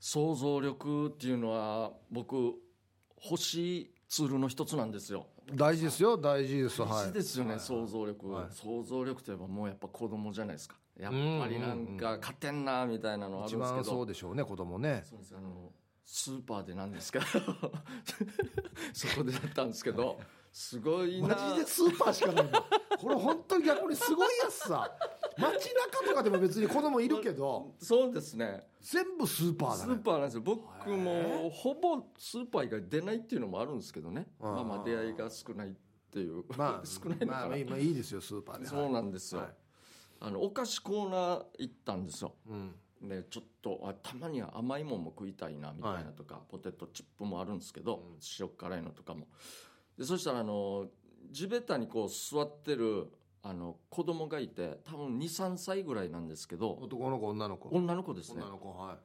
想像力っていうのは僕欲しいツールの一つなんですよ。 大事ですよ、大事です。 大事ですよね、 はい、 想像力、 はい、 想像力といえばもうやっぱ子供じゃないですか。やっぱりなんか勝てんなみたいなのあるんですけど、 一番そうでしょうね、子供ね。 そうです。スーパーでなんですけどそこでだったんですけど、すごいな。 マジでスーパーしかないんだこれ本当に逆にすごいやつさ。街中とかでも別に子供いるけど、 そうですね、 全部スーパーだね。 スーパーなんですよ。僕もほぼスーパー以外出ないっていうのもあるんですけどね。まあまあ出会いが少ないっていう、 まあ、 少ないのかな、 まあいいですよスーパーで。 そうなんですよ、 はい、 お菓子コーナー行ったんですよ、 うんでちょっとたまには甘いもんも食いたいなみたいなとか、ポテトチップもあるんですけど、塩辛いのとかも。でそしたら地べたにこう座ってる子供がいて、多分 2,3 歳ぐらいなんですけど、 男の子女の子。 女の子ですね。 女の子、はい。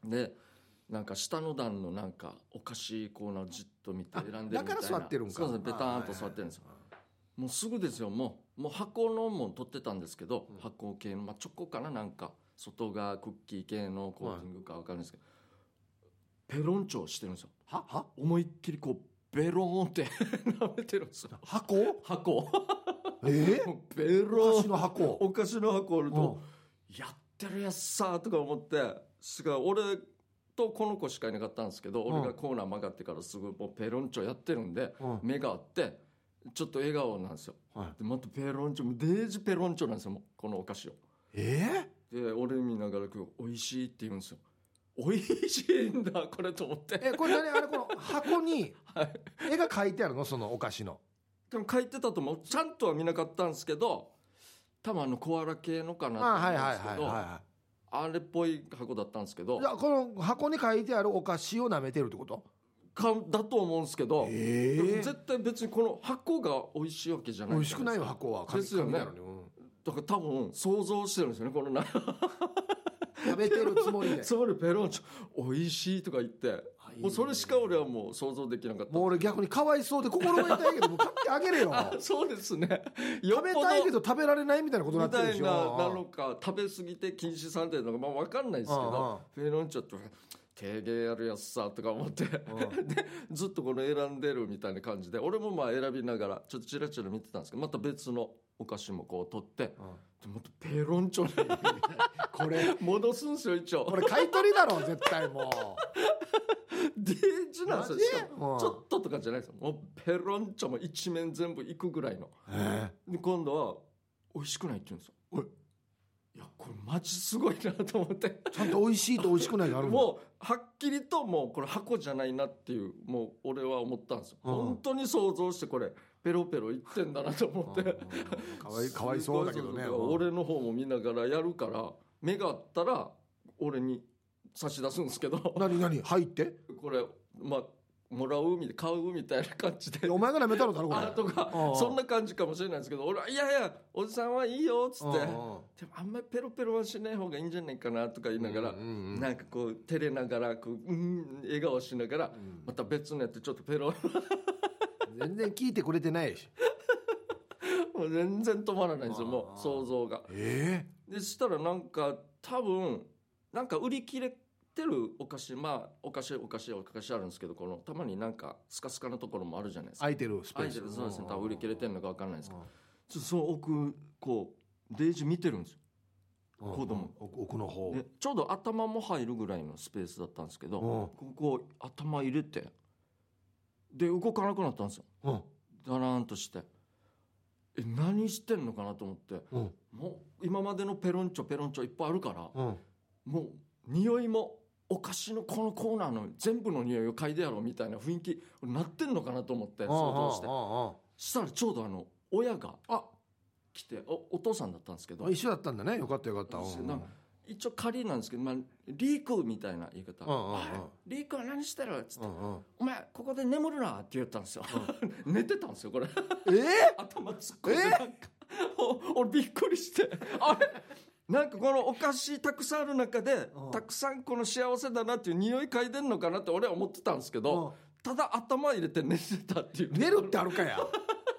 でなんか下の段のなんかお菓子コーナーじっと見て選んでるみたいな。 だから座ってるんか。 そうですね、ベターンと座ってるんですよ。もうすぐですよ。もう箱のもん取ってたんですけど、箱系の、まあ、チョコかな、なんか外がクッキー系のコーティングか分かるんですけど、ペロンチョしてるんですよ。思いっきりこうベローンって舐めてるんですよ。箱ベローン、お菓子の箱をると、やってるやつさとか思って、俺とこの子しかいなかったんですけど、俺がコーナー曲がってからすぐもうペロンチョやってるんで、目があってちょっと笑顔なんですよ、でまたペロンチョ、デージペロンチョなんですよ、もうこのお菓子を。で俺見ながらおいしいって言うんですよ。おいしいんだこれと思って。 これ何、あれこの箱に絵が描いてあるの、そのお菓子の。 でも書いてたと思う。ちゃんとは見なかったんですけど、多分コアラ系のかなと思うんですけど、あれっぽい箱だったんですけど。 じゃあこの箱に書いてあるお菓子を舐めてるってことだと思うんですけど、絶対別にこの箱が美味しいわけじゃない。 美味しくないよ箱は。 ですよね。だから多分想像してるんですよね、この食べてるつもりでそれペロンチョ美味しいとか言って、もうそれしか俺はもう想像できなかった。 もう俺逆にかわいそうで心が痛いけどもう買ってあげれよそうですね、 食べたいけど食べられないみたいなことになってるでしょ。 みたいなのか、食べ過ぎて禁止されてるのか、まあ、分かんないですけど、ペロンチョって手芸やるやつさとか思ってでずっとこの選んでるみたいな感じで、俺もまあ選びながらちょっとチラチラ見てたんですけど、また別のお菓子もこう取って、でまたペロンチョにこれ戻すんですよ。一応これ買い取りだろ絶対。もうデージなんですよ。ちょっととかじゃないですよ、もうペロンチョも一面全部いくぐらいの。で今度は美味しくないって言うんですよ。いやこれマジすごいなと思って。 ちゃんと美味しいと美味しくないがあるんだ。 もうはっきりともうこれ箱じゃないなっていう、もう俺は思ったんですよ。本当に想像してこれペロペロいってんだなと思って。 かわいそうだけどね。 俺の方も見ながらやるから、目があったら俺に差し出すんですけど、 何入ってこれまあもらう買うみたいな感じで、 お前が舐めたのだろこれとかそんな感じかもしれないですけど、俺はいやいやおじさんはいいよっつって、でもあんまりペロペロはしない方がいいんじゃないかなとか言いながら、なんかこう照れながら笑顔しながら、また別のやってちょっとペロ全然聞いてくれてないしもう全然止まらないんですよ、もう想像が。でしたらなんか多分なんか売り切れてるお菓子、まあお菓子あるんですけど、このたまになんかスカスカのところもあるじゃないですか、 空いてるスペース。 そうですね、多分売り切れてるのか分かんないですけど、ちょっとその奥こうデージ見てるんですよ、子供。 奥の方でちょうど頭も入るぐらいのスペースだったんですけど、ここ頭入れてで動かなくなったんですよ、だらーんとして。何してんのかなと思って、もう今までのペロンチョいっぱいあるから、もう匂いもお菓子のこのコーナーの全部の匂いを嗅いでやろうみたいな雰囲気なってんのかなと思って想像して、したらちょうど親が来て、お父さんだったんですけど、 一緒だったんだね。よかった一応仮なんですけど、まあ、リークみたいな言い方、リークは何してるっつって、お前ここで眠るなって言ったんですよ、寝てたんですよこれ頭突っ込んで、なんか俺びっくりして、あれなんかこのお菓子たくさんある中で、たくさんこの幸せだなっていう匂い嗅いでんのかなって俺は思ってたんですけど、ただ頭入れて寝てたっていう。 寝るってあるかや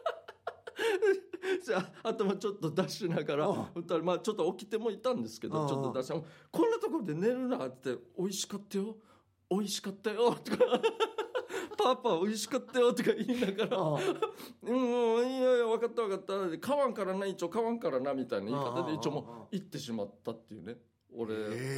じゃあ頭ちょっと出しながら、まあちょっと起きてもいたんですけど、ちょっと出して、こんなところで寝るなって、美味しかったよ美味しかったよとかパパ美味しかったよとか言いながらあうんいやいや分かった分かった買わんからな一応買わんからなみたいな言い方で一応もう行ってしまったっていうね俺、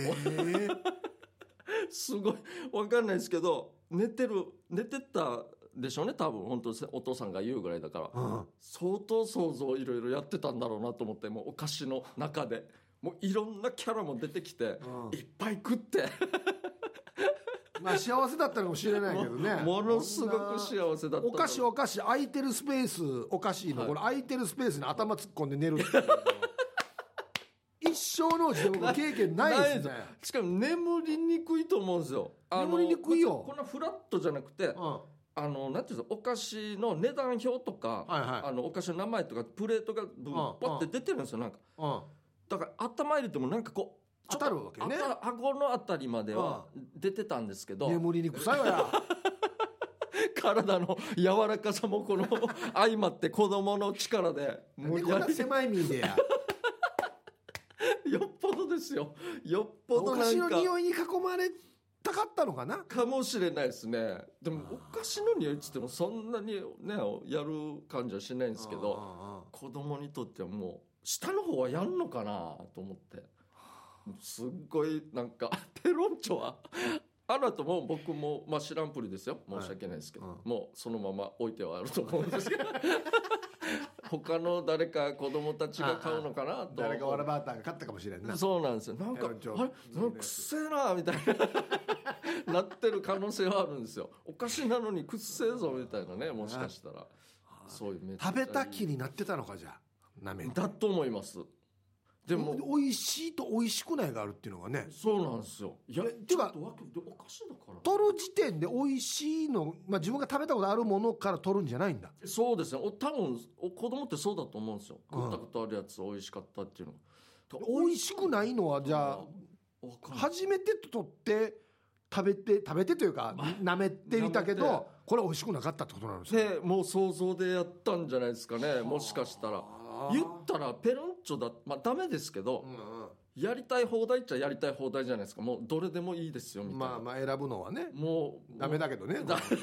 すごい分かんないですけど寝てたでしょうね多分本当お父さんが言うぐらいだから、相当想像いろいろやってたんだろうなと思って、もうお菓子の中でもういろんなキャラも出てきて、いっぱい食ってまあ幸せだったかもしれないけどね。 ものすごく幸せだった。 お菓子空いてるスペースお菓子の、これ空いてるスペースに頭突っ込んで寝るっていう一生のうちで僕経験ないですね。 しかも眠りにくいと思うんですよ。 眠りにくいよ。 こんなフラットじゃなくて、なんていうの、お菓子の値段表とか、お菓子の名前とかプレートがバッて出てるんですよ。なんか、だから頭入れてもなんかこう当たるわけね。 顎のあたりまでは出てたんですけど、 眠りにくさよや体の柔らかさもこの相まって子供の力でもうこんな狭い身でやよっぽどですよ。よっぽどなんかお菓子の匂いに囲まれたかったのかな。 かもしれないですね。でもお菓子の匂いっつってもそんなにねやる感じはしないんですけど、子供にとってはもう下の方はやんのかなと思って、すっごいなんかペロンチョはあなたも僕も、まあ、知らんぷりですよ、申し訳ないですけど、もうそのまま置いてはあると思うんですけど他の誰か子供たちが買うのかなと。 誰かワラバーターが買ったかもしれんな。 そうなんですよ。なんかあれなんかくっせえなみたいななってる可能性はあるんですよ。お菓子なのにくっせえぞみたいなね、もしかしたらそういう食べた気になってたのか、じゃあなめだと思います。でも美味しいと美味しくないがあるっていうのがね。 そうなんですよ。いやてかお菓子だから取る時点で美味しいの、まあ、自分が食べたことあるものから取るんじゃないんだ。 そうですね。多分子供ってそうだと思うんですよ。食ったことあるやつ美味しかったっていうのが、 美味しくないのはじゃあ初めて取って食べてというか舐めてみたけど、これ美味しくなかったってことなんですよ。 でもう想像でやったんじゃないですかね、もしかしたら。言ったらペロンチョだ、まあダメですけど、やりたい放題っちゃやりたい放題じゃないですか。もうどれでもいいですよみたいな。 まあ選ぶのはねもうダメだけどね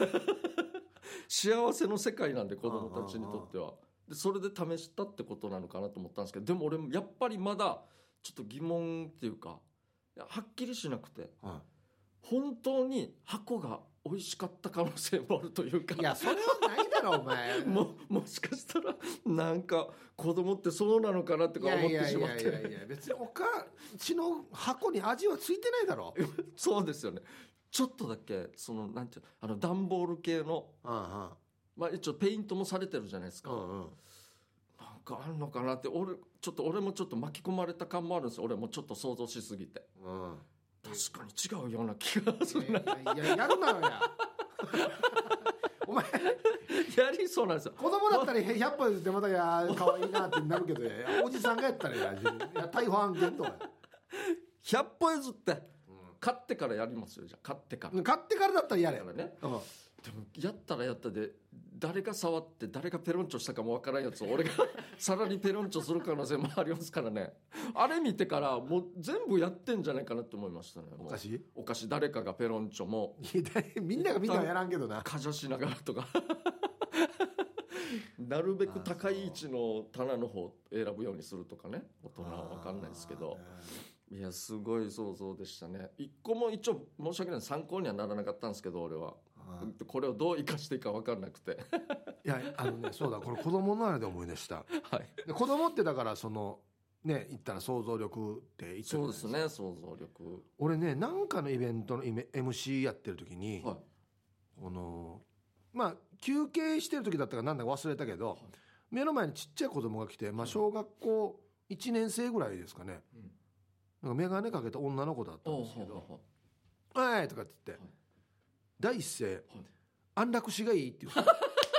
幸せの世界なんで子供たちにとっては。でそれで試したってことなのかなと思ったんですけど、でも俺もやっぱりまだちょっと疑問っていうかはっきりしなくて、本当に箱が美味しかった可能性もあるというか。 いやそれはないだろお前もしかしたらなんか子供ってそうなのかなって思ってしまって。 いや別にお菓子の箱に味はついてないだろそうですよね。ちょっとだけそのなんていう段ボール系の、まあ一応ペイントもされてるじゃないですか、なんかあるのかなって俺もちょっと巻き込まれた感もあるんですよ。俺もちょっと想像しすぎて、確かに違うような気がするな。 いややるなよやお前やりそうなんですよ。 子供だったら100歩譲ってまた可愛いなってなるけど、おじさんがやったら逮捕案件とか 100歩譲って、買ってからやりますよ。じゃあ買ってからだったらやれからね、でもやったらやったで誰が触って誰がペロンチョしたかもわからんやつを俺がさらにペロンチョする可能性もありますからね。あれ見てからもう全部やってんじゃないかなって思いましたね。お菓子誰かがペロンチョもみんながみんなはやらんけどな、 かじゃしながらとかなるべく高い位置の棚の方を選ぶようにするとかね。大人は分かんないですけど、いやすごい想像でしたね。一個も一応申し訳ない参考にはならなかったんですけど、俺はこれをどう生かしていいか分かんなくていやそうだ、これ子供のあれで思い出した、で子供ってだからそのね言ったら想像力って言ってそうですね、想像力。 俺ねなんかのイベントのMC やってる時に、このまあ休憩してる時だったかなんだか忘れたけど、目の前にちっちゃい子供が来て、まあ、小学校1年生ぐらいですかね、なんか眼鏡かけた女の子だったんですけど「はい」とかって言って、第一声安楽死がいいって言う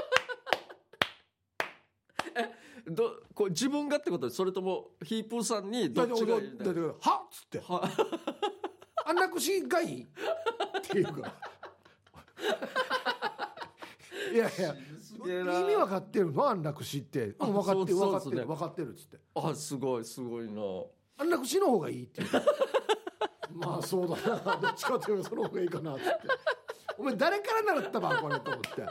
こう自分がってことで、それともヒープーさんにどっちがいいはっつって安楽死がいいっていうかいや意味分かってるの安楽死って、分かってるっつって、 すごいな、 安楽死の方がいいっていうままあそうだな、どっちかというとその方がいいかなってお前誰から習ったばこれと思って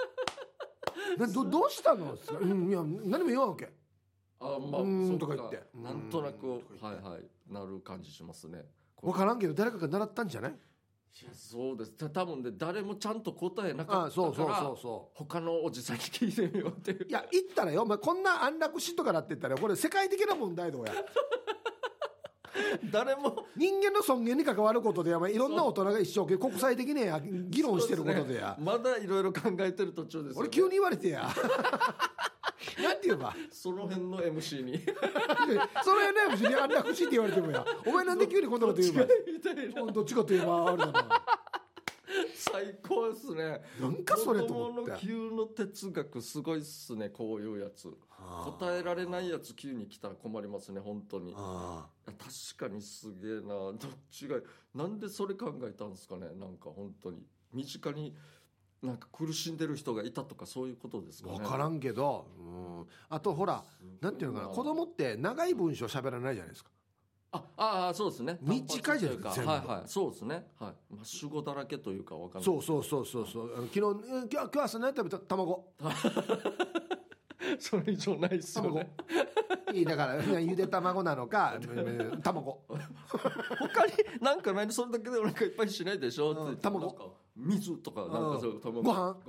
どうしたの、いや何も言わんわけ、 あ、まあ、 とか言って、 なんとなくはいはいなる感じしますね。 分からんけど誰かが習ったんじゃない。 いやそうです、多分ね誰もちゃんと答えなかったから他のおじさんに聞いてみようっていう。 いや言ったらよ、お前こんな安楽死とかなって言ったらこれ世界的な問題どうや誰も人間の尊厳に関わることで、いろんな大人が一生懸命国際的に議論してることでや、 まだいろいろ考えてる途中ですよ、ね、 俺急に言われてやなんて言えばその辺の MC にその辺の MC に安楽死って言われてもや、お前なんで急にこんなこと言うばどっちかと言えばあれだな最高ですね。 なんかそれと思って、 子供の急の哲学すごいっすね。こういうやつ答えられないやつ急に来たら困りますね本当に。確かにすげえな。どっちがなんでそれ考えたんですかね。なんか本当に身近になんか苦しんでる人がいたとかそういうことですかね。 分からんけど、あとほらなんていうのかな、子供って長い文章喋らないじゃないですか。 あそうですね。 短いじゃないですか。 はいはいそうですね。はい。まあ主語だらけというかわかんない。 そう昨日今日朝何食べた、卵それ以上ないっすよね。 いいだからゆで卵なのか卵他になんか何それだけでお腹いっぱいしないでしょって。 卵水とかなんかそう卵ご飯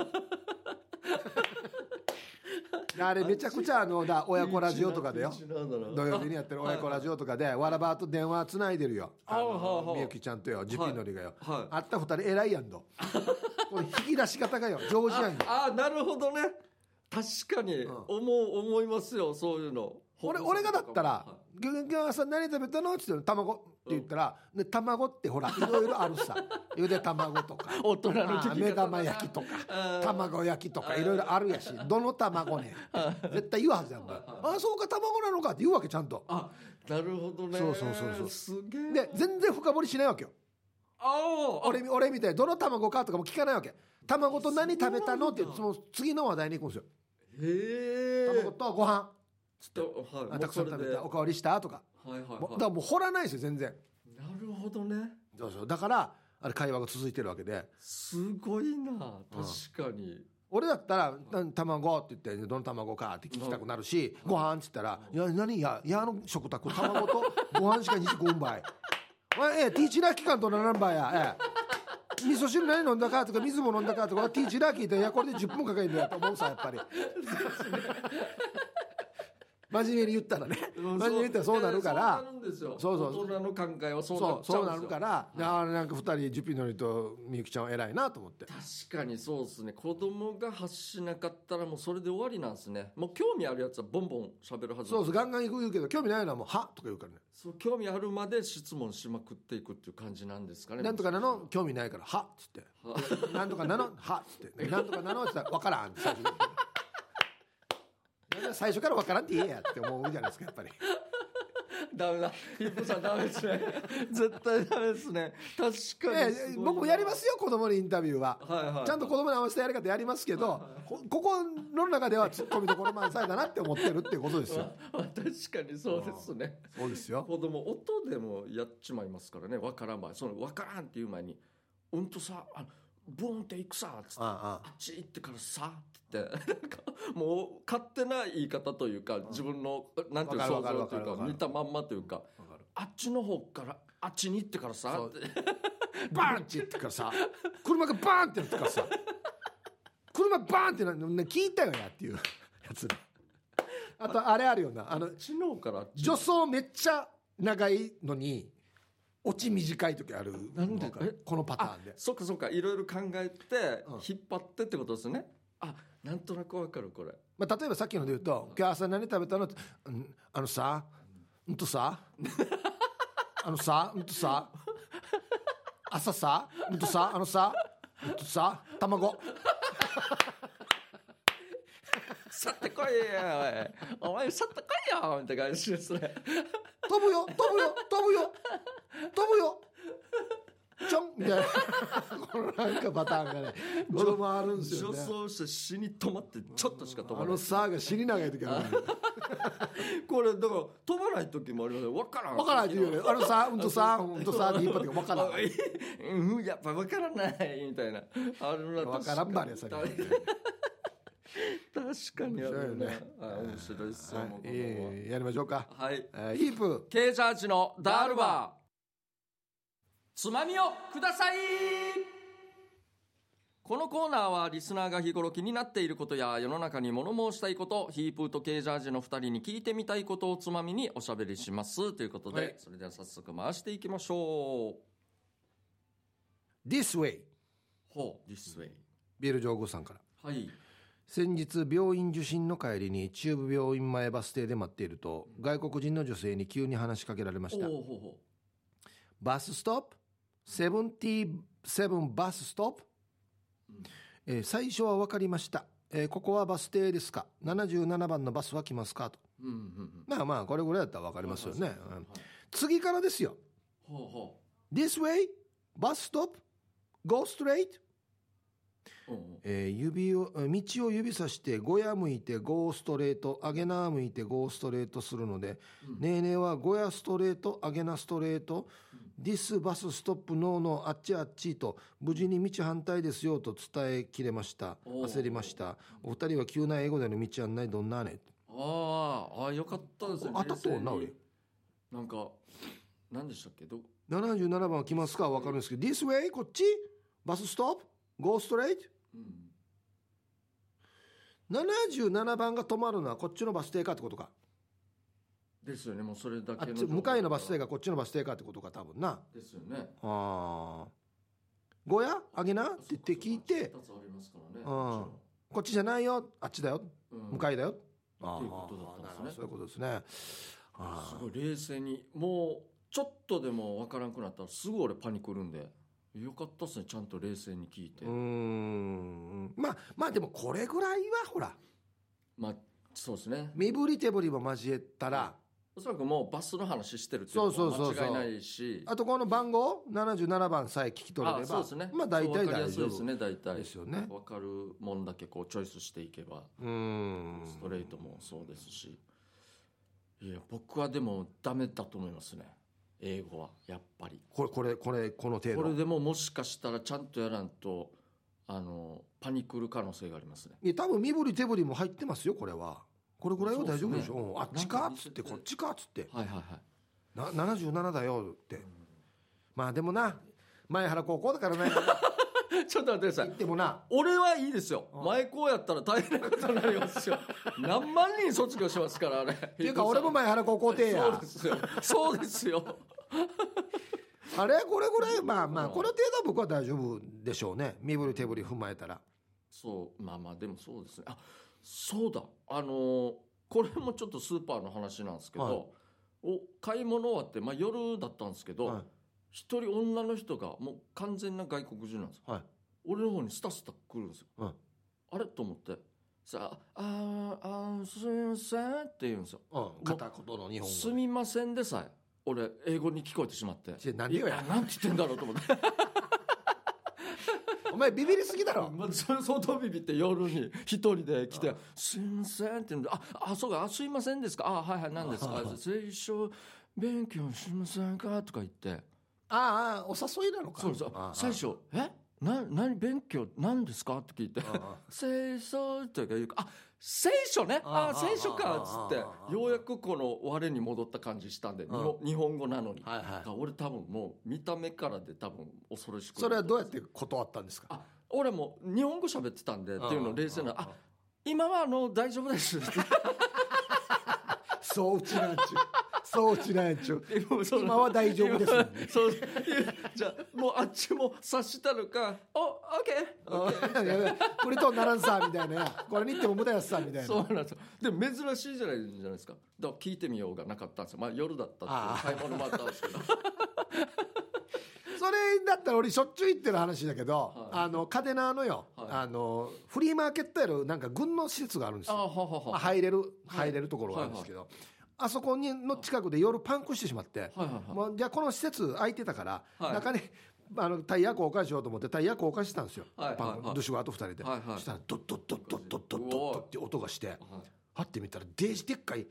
あれめちゃくちゃ親子ラジオとかでよ、土曜日にやってる親子ラジオとかでわらばと電話つないでるよ、みゆきちゃんとよジュピノリがよ、あった二人偉いやんどこれ引き出し方がよ上手やんよ。 なるほどね。確かに思いますよそういうの。 俺がだったら「今日朝何食べたの?」って言ったら「卵」って言ったら、卵ってほらいろいろあるさゆで卵とか大人の目玉焼きとか卵焼きとかいろいろあるやし、どの卵ね絶対言うはずやんだ。そうか卵なのかって言うわけちゃんと。 なるほどね。 そうすげえ。 で全然深掘りしないわけよ。俺みたいにどの卵かとかも聞かないわけ。卵と何食べたのってその次の話題に行くんですよ。卵とご飯たくさん食べた、おかわりしたとか、だからもう掘らないですよ全然。 なるほどね。 そうだからあれ会話が続いてるわけで、 すごいな。確かに俺だったら卵って言ってどの卵かって聞きたくなるし、ご飯って言ったら何やの食卓卵とご飯しか2時5分ばいティーチラー期間と7倍や味噌汁何飲んだかとか水も飲んだかとかティーチラー聞いていやこれで10分かかるんだよと思うさやっぱり真面目に言ったらね真面目に言ったらそうなるからそう大人の考えはそうなるからなんか2人ジュピノリとみゆきちゃんは偉いなと思って。 確かにそうですね。子供が発しなかったらもうそれで終わりなんですね。もう興味あるやつはボンボン喋るはず。 そうガンガン言うけど興味ないのはもうはとか言うからね。 そう興味あるまで質問しまくっていくっていう感じなんですかね。 なんとかなの興味ないからはっつってなんとかなのはっつってなんとかなのって言ったら分からんって最初から分からんって言えやって思うじゃないですかやっぱり。 ダメだヒップさんダメですね絶対ダメですね。確かに僕もやりますよ子供にインタビューは、ちゃんと子供に合わせたやり方やりますけど、ここの中ではツッコミどころ満載だなって思ってるっていうことですよ確かにそうですね。 そうですよ。 子供音でもやっちまいますからね。分からん前その分からんっていう前にとさブーンって行くさっつってあっち行ってからさってなんかもう勝手な言い方というか自分のなんていう想像というか見たまんまというかあっちの方からあっちに行ってからさってバーンって言ってからさ車がバーンって言ってからさ車バーンって聞いたよやっていうやつ。あとあれあるよな知能から助走めっちゃ長いのにオチ短い時ある。 なんでこのパターンで。 そっかいろいろ考えて引っ張ってってことですね。なんとなくわかるこれ。 例えばさっきので言うと今日朝何食べたのってさささ朝ささ卵去ってこいよお前去ってこいよみたいな感じですね。 飛ぶよちょんみたいなこのなんかパターンがねちょあるんですよね。 助走して死に止まってちょっとしか止まらない。 さが死に長い時あるこれだから飛ばない時もありますよ。分からんって言うよね。うんとさって引っ張って分からん。 うん、やっぱ分からないみたいなあるな。 分からんばねそれ。 確かにあるね。面白いっすよ。 やりましょうか。 はい。 ヒープケージャージのダールバー。つまみをください。このコーナーはリスナーが日頃気になっていることや世の中に物申したいこと、ヒープーとケージャージの2人に聞いてみたいことをつまみにおしゃべりしますということで、それでは早速回していきましょう。 This way。 ほう This way。 ビール上宮さんから。 はい。 先日病院受診の帰りに中部病院前バス停で待っていると、外国人の女性に急に話しかけられました。バスストップ77バスストップ、最初は分かりました、ここはバス停ですか、77番のバスは来ますかと、まあこれぐらいだったら分かりますよね、次からですよ。This way bus stop go straight、道を指さしてゴヤ向いてゴーストレート、アゲナー向いてゴーストレートするので、ねえねえはゴヤストレートアゲナストレート、ディスバスストップノーのあっちあっちと無事に道反対ですよと伝えきれました。焦りました。お二人は急な英語での道案内どんなね。ああよかったですね。当たったもんな俺。なんか何でしたっけ、77番来ますか分かるんですけど、 This way こっちバスストップゴーストレート、77番が止まるのはこっちのバス停かってことかですよね。もうそれだけの向かいのバス停がこっちのバス停かってことか多分なですよね。ゴヤあげなって言って聞いて、こっちじゃないよあっちだよ、向かいだよっていうことだったんですね。そういうことですね。すごい冷静に、もうちょっとでも分からんくなったらすぐ俺パニクるんで、よかったっすね、ちゃんと冷静に聞いて。まあでもこれぐらいはほら、まあそうですね、身振り手振りも交えたら、おそらくもうバスの話してるっていうのは間違いないし、あとこの番号77番さえ聞き取れれば、そうですね、まあ大体大丈夫ですね。大体ですよね。分かるもんだけこうチョイスしていけば、ストレートもそうですし、いや僕はでもダメだと思いますね、英語はやっぱり。この程度これでももしかしたらちゃんとやらんとパニクる可能性がありますね。いや多分身振り手振りも入ってますよ。これはこれぐらいは大丈夫でしょ。あっちかっつってこっちかっつって、77だよって、まあでもな前原高校だからねちょっと待ってください。言ってもな、俺はいいですよ。前こうやったら大変なことになりますよ。何万人卒業しますからあれ。っていうか俺も前原高校でや。そうですよあれこれぐらいまあこの程度は僕は大丈夫でしょうね。身振り手振り踏まえたら。そうまあでもそうですね。あそうだ、これもちょっとスーパーの話なんですけど、買い物終わって、夜だったんですけど、一人女の人がもう完全な外国人なんですよ、俺の方にスタスタ来るんですよ、あれと思ってさあすみませんって言うんですよ、片言の日本語すみませんでさえ俺英語に聞こえてしまって、なんて言ってんだろうと思ってお前ビビりすぎだろ。相当ビビって夜に一人で来てすいませんって言うんで、そうか、すいませんですか、はい何ですか、聖書勉強しませんかとか言って、お誘いなのか。そう最初何勉強何ですかって聞いて聖書とか言うか、聖書ね、聖書かっつって、ようやくこの我に戻った感じしたんで、日本語なのに、俺多分もう見た目からで多分恐ろしく。それはどうやって断ったんですか。俺も日本語喋ってたんでっていうの冷静な、今は大丈夫ですそううちなんちゅうそうちなんちゅう今は大丈夫ですよね。そうじゃあもうあっちも察したのか、オッケーこれとならんさみたいな、これに行っても無駄やさみたいな。そうなんですよ。でも珍しいじゃないですか。だから聞いてみようがなかったんですよ。夜だったって買い物もあったんですけどそれだったら俺しょっちゅう言ってる話だけど、カデナーのよ、フリーマーケットやるなんか軍の施設があるんですよ。入れるところがあるんですけど、あそこの近くで夜パンクしてしまって、もうじゃあこの施設空いてたから、中にタイヤ交換しようと思ってタイヤ交換してたんですよ、パンドシュワーと2人で、そしたらドッドッドッドッドッドッドッって音がして、はってみたらデージでっかい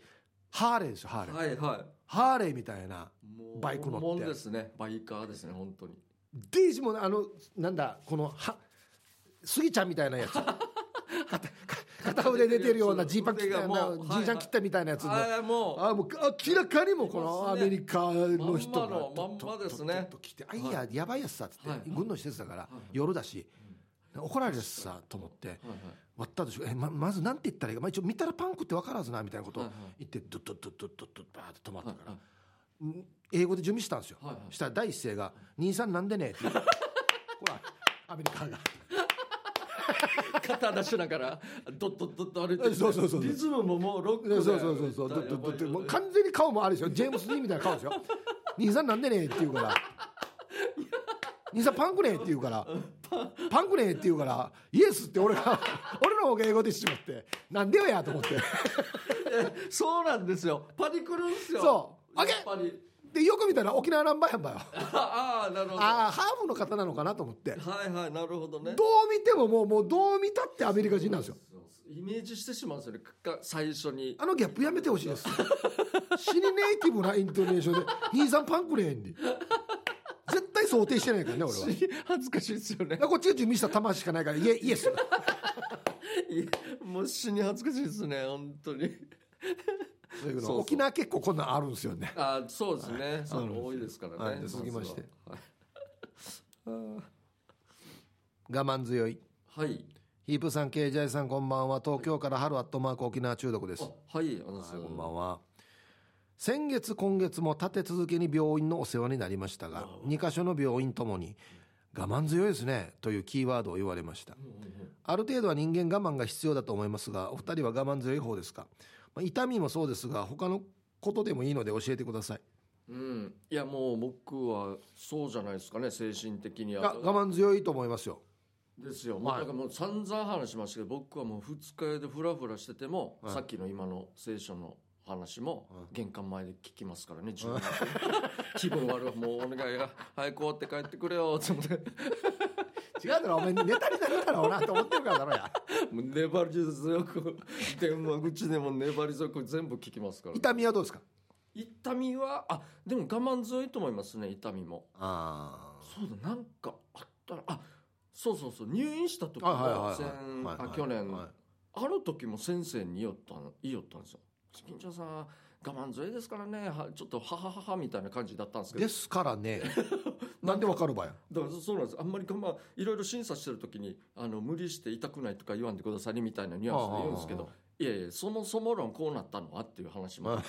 ハーレーですよ、ハーレー、 はいはい。 ハーレーみたいなもうバイク乗って本物ですね。バイカーですね本当に。 デイジもなんだこのスギちゃんみたいなやつ片腕出てるようなジーパン切ったようなジージャン切ったみたいなやつの、 もうもう明らかにもこのアメリカの人がまんまですね。 来て、いややばいやつさっつって、軍の施設だから夜だし怒られるやつさと思って割ったでしょ。まずなんて言ったらいいか、一応見たらパンクって分からずなみたいなことを言ってドッドッドッドッドッドッバーって止まったから英語で準備したんですよ。したら第一声が兄さんなんでねって言ってほらアメリカが肩出しながらドッドッドッと歩いて、 そうリズムももうロックで、 そうもう完全に顔もあるでしょ、ジェームス・ディーンみたいな顔ですよ。兄さんなんでねって言うから兄さんパンクねって言うからパンクねって言うからイエスって俺の方が英語でしまってなんでよやと思ってそうなんですよ、パニクるんですよ。 そうあげやっぱりでよく見たら沖縄ナンバーやんばよああなるほど、 ハーフの方なのかなと思って、 はいはい、なるほどね。 どう見てももうどう見たってアメリカ人なんですよ。 イメージしてしまうんですよね、最初に。 ギャップやめてほしいです死にネイティブなイントネーションで兄さんパンクねえんに絶対想定してないからね俺は。 恥ずかしいですよね。 こっちが準備した玉しかないからイエスもう死に恥ずかしいですね本当にそういうの沖縄結構こんなんあるんですよね。 そうですね、そういうの多いですからね。 はい、続きまして、我慢強い、 はい、 ヒープさん、ケイジャイさん、こんばんは。東京から春アットマーク沖縄中毒です。 はい、 こんばんは。先月今月も立て続けに病院のお世話になりましたが、2カ所の病院ともに我慢強いですねというキーワードを言われました。ある程度は人間我慢が必要だと思いますが、お二人は我慢強い方ですか？痛みもそうですが他のことでもいいので教えてください。 いやもう僕はそうじゃないですかね、精神的には我慢強いと思いますよ。 ですよ、もうだからもう散々話しましたけど、僕はもう二日酔いでフラフラしてても、さっきの今の聖書の話も玄関前で聞きますからね、自分気分悪い、もうお願いが早く終わって帰ってくれよって思って違うだろお前ネタになるだろうなと思ってるからだろやもう粘り強く電話口でも粘り強く全部聞きますから、 痛みはどうですか？ 痛みはでも我慢強いと思いますね。痛みもそうだ、なんかあったらそう入院した時も去年ある時も先生に言いよったんですよ。金城さん我慢強いですからね、ちょっとははははみたいな感じだったんですけど、 ですからねなんでわかるばや。 だからそうなんです、あんまりいろいろ審査してる時に無理して痛くないとか言わんでくださいみたいなニュアンスで言うんですけど、いやいやそもそも論こうなったのはっていう話も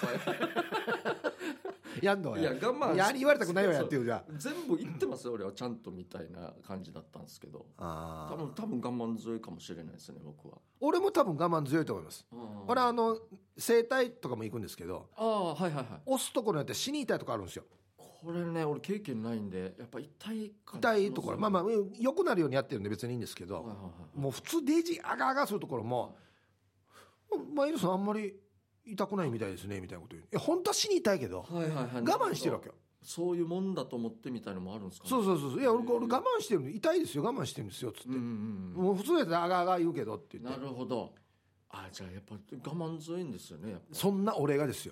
やんのや。 いや我慢言われたくないよやっていうじゃ全部言ってますよ俺はちゃんとみたいな感じだったんですけど、多分我慢強いかもしれないですね僕は。 俺も多分我慢強いと思います。俺整体とかも行くんですけど、 はい押すところによって死に痛いとこあるんですよ。 これね俺経験ないんでやっぱ痛いところ良くなるようにやってるんで別にいいんですけど、もう普通デイジーアガアガするところもマイルさんあんまり痛くないみたいですねみたいなこと言う。本当は死に痛いけど、我慢してるわけよ。 そういうもんだと思ってみたいのもあるんですかね。 そういや俺我慢してるの痛いですよ、我慢してるんですよっつって、もう普通やったらアガアガ言うけどって言って。 なるほど。じゃあやっぱ我慢強いんですよね。 そんな俺がですよ、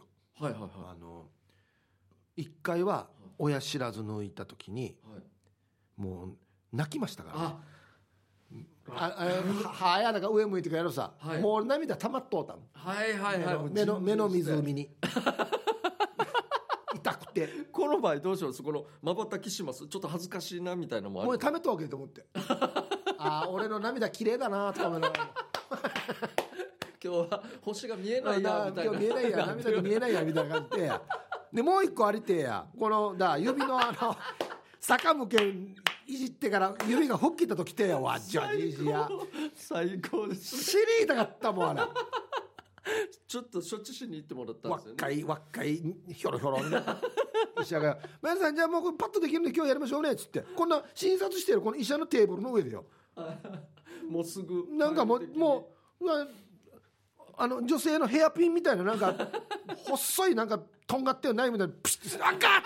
一回は親知らず抜いた時に、もう泣きましたからだから上向いてからやるさ、もう涙溜まっとうたもん、目の湖に痛くてこの場合どうします？この瞬きします？ちょっと恥ずかしいなみたいなのもある。 もう溜めとわけと思って俺の涙綺麗だなとか思いながら今日は星が見えないやみたいな、 今日見えないや涙が見えないやみたいな感じでもう一個ありてや、この指の坂向けいじってから指がふっきったときてやわじゃじじや最高です。 知りたかったもんあれちょっと処置しに行ってもらったんですよね。 若いひょろひょろ医者が「前田さんじゃあもうパッとできるんで今日やりましょうね」っつって、こんな診察してるこの医者のテーブルの上でよもうすぐなんかもう女性のヘアピンみたいななんか細いなんかとんがってるナイフみたいなピシッてあっか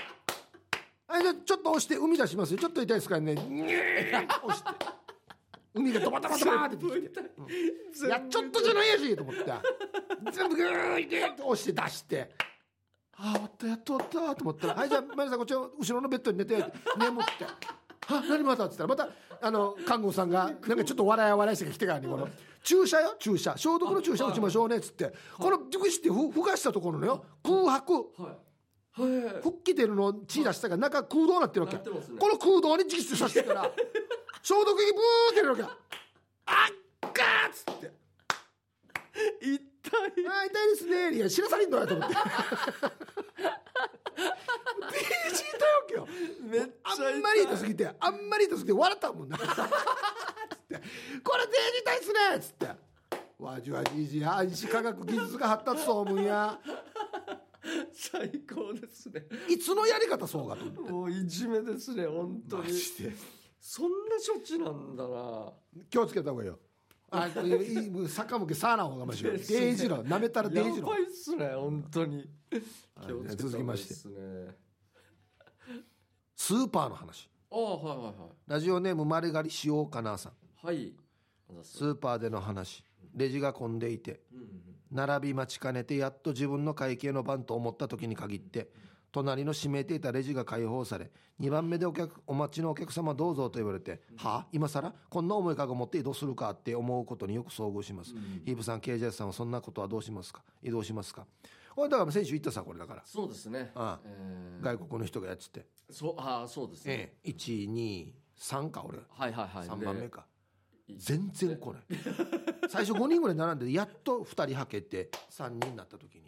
じゃあちょっと押して生み出しますよ、ちょっと痛いですからね押して海がドバドバドバって出てきて、いやちょっとじゃないやしと思って全部グーいって押して出して、ああ終わったやっと終わったと思ったら、はいじゃあマリさんこっちの後ろのベッドに寝て眠って、は何またって言ったら、また看護さんがなんかちょっと笑いしてきてからに、この注射よ、注射消毒の注射打ちましょうねっつって、この熟してふかしたところのよ空白、吹っ切てるの血出したから中空洞になってるわけ、この空洞に直筆させてから消毒液ブーってやるわけ、あっガーッつって痛い、 あ痛いですね、いや知らされんのやと思ってデイジーだよけよ、 めっちゃ痛い、 あんまり痛すぎて笑ったもんなつって、これデイジー痛いっすねっつって、わじわじじや暗視科学技術が発達そう思うんや最高ですね、 いつのやり方そうかと思って、 もういじめですね本当に、 マジでそんな処置なんだな、 気をつけた方がいいよ、坂向けサーナ方がましいよ、デイジーのなめたらデイジーの、 やばいっすね本当に、気をつけた方がいいですね。 続きましてスーパーの話、 ああはいはいはい、 ラジオネーム丸刈りしようかなさん、 はいスーパーでの話、レジが混んでいて並び待ちかねてやっと自分の会計の番と思った時に限って隣の閉めていたレジが開放され、2番目でお待ちのお客様どうぞと言われて、はあ今更こんな重いカゴ持って移動するかって思うことによく遭遇します。ヒープさん KJ さんはそんなことはどうしますか、移動しますか。これだから先週言ったさ、これだからそうですね、 外国の人がやってて、 そうですね、 123か、俺はいはいはい、 3番目か、全然来ない最初5人ぐらい並んでやっと2人はけて3人になった時に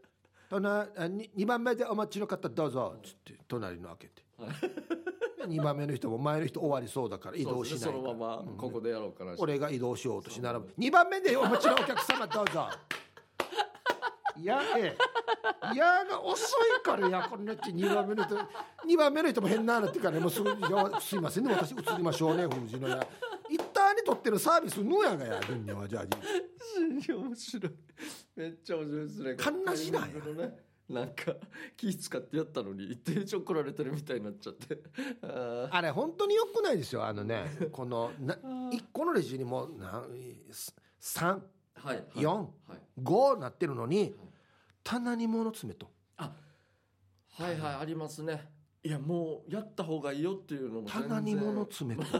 2番目でお待ちの方どうぞっつって隣の開けて2番目の人も前の人終わりそうだから移動しないから、 そのままここでやろうかな、 俺が移動しようとし並ぶ、2番目でお待ちのお客様どうぞいやが遅いからやこんなっち2番目の人も変なのってからもうすいませんね私移りましょうね風じのや一旦にとってるサービスのやがやるんやわじゃあ面白い、めっちゃ面白いですね、 かんなしないなんか気使ってやったのに一定怒られてるみたいになっちゃってあれ本当に良くないですよ、この1個のレジにも3、 はい、 4、 はい、 5なってるのに、棚に物詰めと、 はいはいありますね、いやもうやった方がいいよっていうのも棚に物詰めと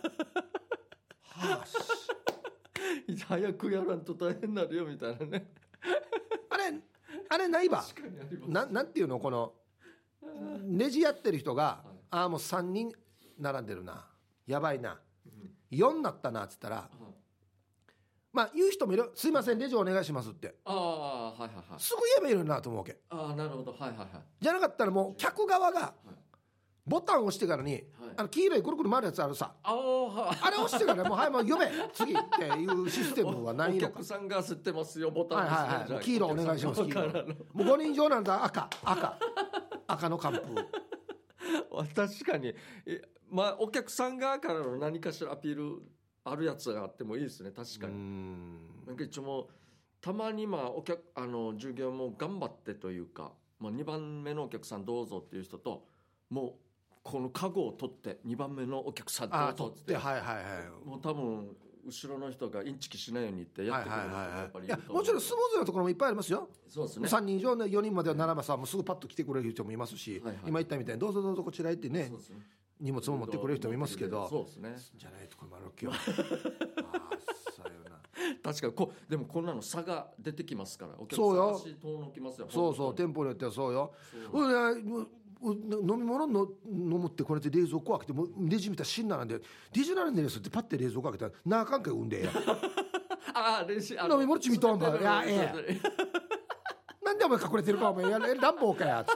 はし早くやらんと大変になるよみたいなねあれないば確かにあります。 なんていうの、このレジやってる人が、もう3人並んでるな、やばいな、4になったなっつったら、まあ言う人もいる、すいませんレジお願いしますって、 はいはいはい、 すぐ言えばいいのになと思うわけ。 なるほど、はいはいはい、 じゃなかったらもう客側がボタンを押してからに、黄色いくるくる回るやつあるさ、あれ押してからもうはいもう呼べ次っていうシステムはないのか。 お客さんが吸ってますよボタンですね、黄色お願いします、黄色もう5人以上なんだ赤の寒風確かにお客さん側からの何かしらアピールあるやつがあってもいいですね、確かに。なんか一応もたまに従業も頑張ってというか、2番目のお客さんどうぞっていう人と、もうこのカゴを取って2番目のお客さんどうぞって、もう多分後ろの人がインチキしないようにってやってくれる、やっぱりいやもちろんスムーズなところもいっぱいありますよ。 そうですね、 3人以上4人までは並ばさもうすぐパッと来てくれる人もいますし、今言ったみたいにどうぞどうぞこちらへってね、荷物も持ってくれる人もいますけど、 そうですね、 じゃないところもあるわけよ確かにでもこんなの差が出てきますから、お客さん足遠のきますよ。 そう店舗によってはそうよ。飲み物飲むってこれで冷蔵庫開けてもレジ見たら死んだなんでレジ並んでるやつってパッて冷蔵庫開けたらなあかんかい産んでやレジ飲み物ちみとんばいやなんでお前隠れてるかお前乱暴かやつ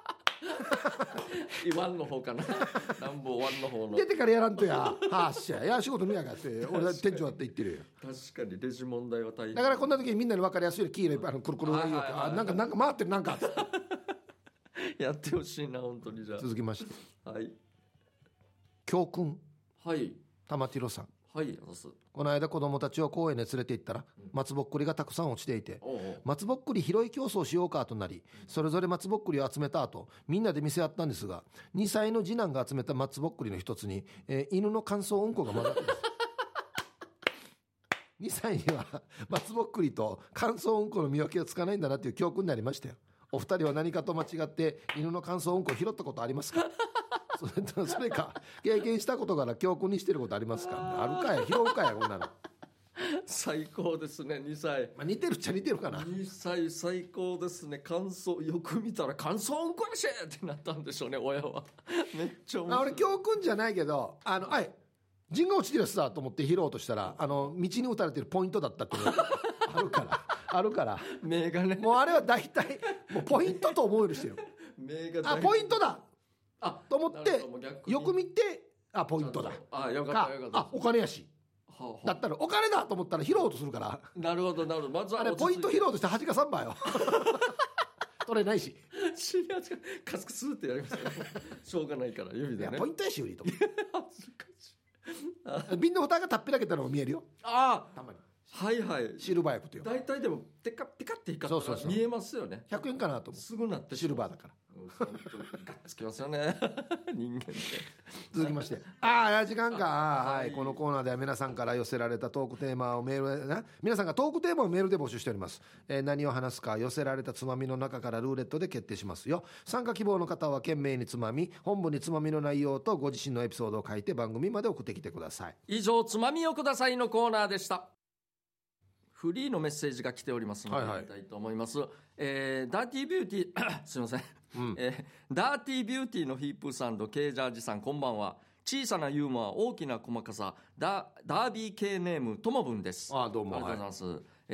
ってワンの方かな乱暴ワンの方の出てからやらんとやはっしゃいや仕事見やがって俺店長だって言ってるよ。 確かにレジ問題は大変だからこんな時にみんなに分かりやすい黄色いくるくるなんか回ってるなんかやってほしいな本当に。じゃあ続きまして、 はい教訓、 はい玉ティロさん、 はいこの間子供たちを公園に連れて行ったら松ぼっくりがたくさん落ちていて、松ぼっくり拾い競争しようかとなり、それぞれ松ぼっくりを集めた後みんなで見せ合ったんですが、2歳の次男が集めた松ぼっくりの一つに、犬の乾燥うんこが混ざってます 2歳には松ぼっくりと乾燥うんこの見分けがつかないんだなっていう教訓になりましたよ。お二人は何かと間違って犬の乾燥うんこを拾ったことありますか？それか経験したことから教訓にしてることありますか？あるかや、拾うかや、こんなの。 最高ですね、2歳。 まあ、似てるっちゃ似てるかな。 2歳最高ですね。乾燥、よく見たら乾燥うんこやしってなったんでしょうね、親は。めっちゃ面白い。 俺教訓じゃないけど、陣が落ちてるやつだと思って拾おうとしたら、道に打たれてるポイントだったっていうのがあるから目がね、 もうあれは大体もうポイントと思えるしてる。ポイントだと思ってよく見て、ポイントだ、 よかったよかった、 お金やしだったらお金だと思ったら拾おうとするから。 なるほどなるほど。まずはあれポイント拾おうとして8が3倍よ取れないし、 カスクスってやりますからしょうがないから指でね。 ポイントやし売りと恥ずかしい。 瓶の蓋がたっぴらけたのも見えるよ、たまに。 はいはい、 シルバー役とよ。 大体でもピカピカって光ったら見えますよね。 100円かなと思う。 すぐなってシルバーだから。 ガッつきますよね人間って。 続きまして時間か。はい、このコーナーでは皆さんから寄せられたトークテーマをメールで皆さんがトークテーマをメールで募集しております。何を話すか寄せられたつまみの中からルーレットで決定しますよ。参加希望の方は懸命につまみ、本部につまみの内容とご自身のエピソードを書いて番組まで送ってきてください。 以上、つまみをくださいのコーナーでした。フリーのメッセージが来ておりますので読みたいと思います。ダーティービューティーすいません、ダーティービューティーのヒープーさんとケージャージさん、こんばんは。小さなユーモア、大きな細かさ、ダービー系ネームともぶんです。 どうもありがとうございます。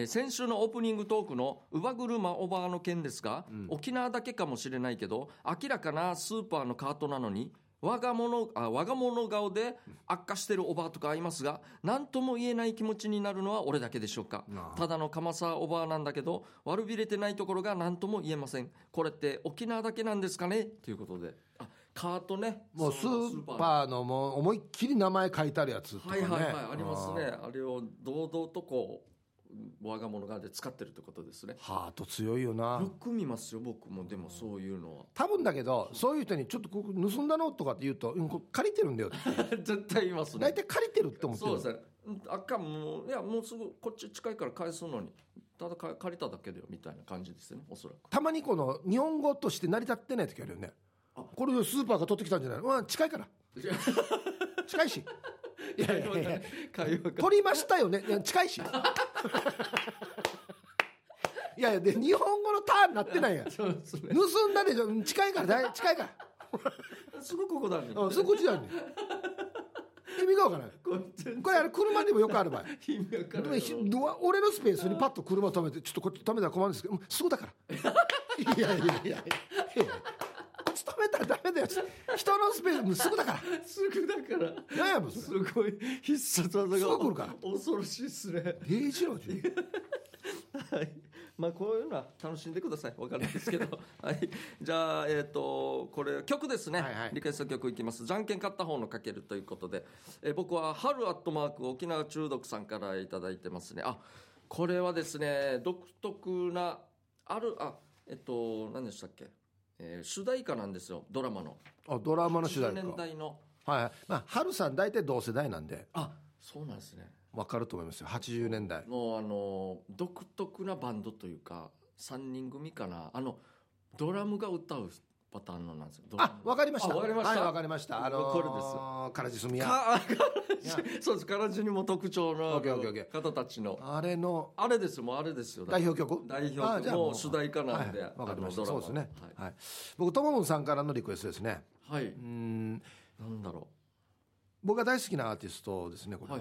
先週のオープニングトークの乳母車おばあの件ですが、沖縄だけかもしれないけど明らかなスーパーのカートなのに我が物顔で悪化してるおばあとかありますが、何とも言えない気持ちになるのは俺だけでしょうか。ただの鎌沢おばあなんだけど悪びれてないところが何とも言えません。これって沖縄だけなんですかね、ということで。カートね、 もうスーパーのもう思いっきり名前書いてあるやつとかね、 ありますね。あれを堂々とこう我が物顔で使ってるってことですね。 ハート強いよな。 よく見ますよ僕も。でもそういうのは多分だけど、そういう人にちょっとここ盗んだのとかって言うと、これ借りてるんだよって絶対言いますね。 大体借りてるって思ってる。 そうですね。もういやもうすぐこっち近いから返すのにただ借りただけだよみたいな感じですね、おそらく。 たまにこの日本語として成り立ってない時あるよね。これスーパーが取ってきたんじゃない？近いから近いしいや取りましたよね、近いしいやで日本語のターンになってないやん。そうですね、盗んだでしょ。近いから近いからすぐここだね。 すぐこっちだね意味がわからないこれ車でもよくある場合意味わからない。 俺のスペースにパッと車止めて、ちょっとこっち止めたら困るんですけど、すぐだからいや止めたらダメだよ。人のスペースすぐだからすぐだから何やもんそれ。 すごい必殺技がすぐ来るから恐ろしいっすね。 平次郎はい、まあこういうのは楽しんでください。わかるんですけどはい、じゃあこれ曲ですね、リクエスト曲いきます。じゃんけん勝った方のかけるということで、僕は春アットマーク沖縄中毒さんからいただいてますね。これはですね独特な何でしたっけ、主題歌なんですよ、ドラマの。 ドラマの主題歌。 80年代の。 春さん大体同世代なんで。 そうなんですね。 分かると思いますよ。80年代の独特なバンドというか3人組かな、ドラムが歌うパターンのなんですよ。 分かりました。 分かりました。 分かりました。 これです。 カラジスミヤ。 そうです。カラジにも特徴の方たちのあれですよ。もうあれですよ。 代表曲もう主題歌なんで。 分かりました。そうですね。僕とももんさんからのリクエストですね。 はい。なんだろう。 僕が大好きなアーティストですね。これ。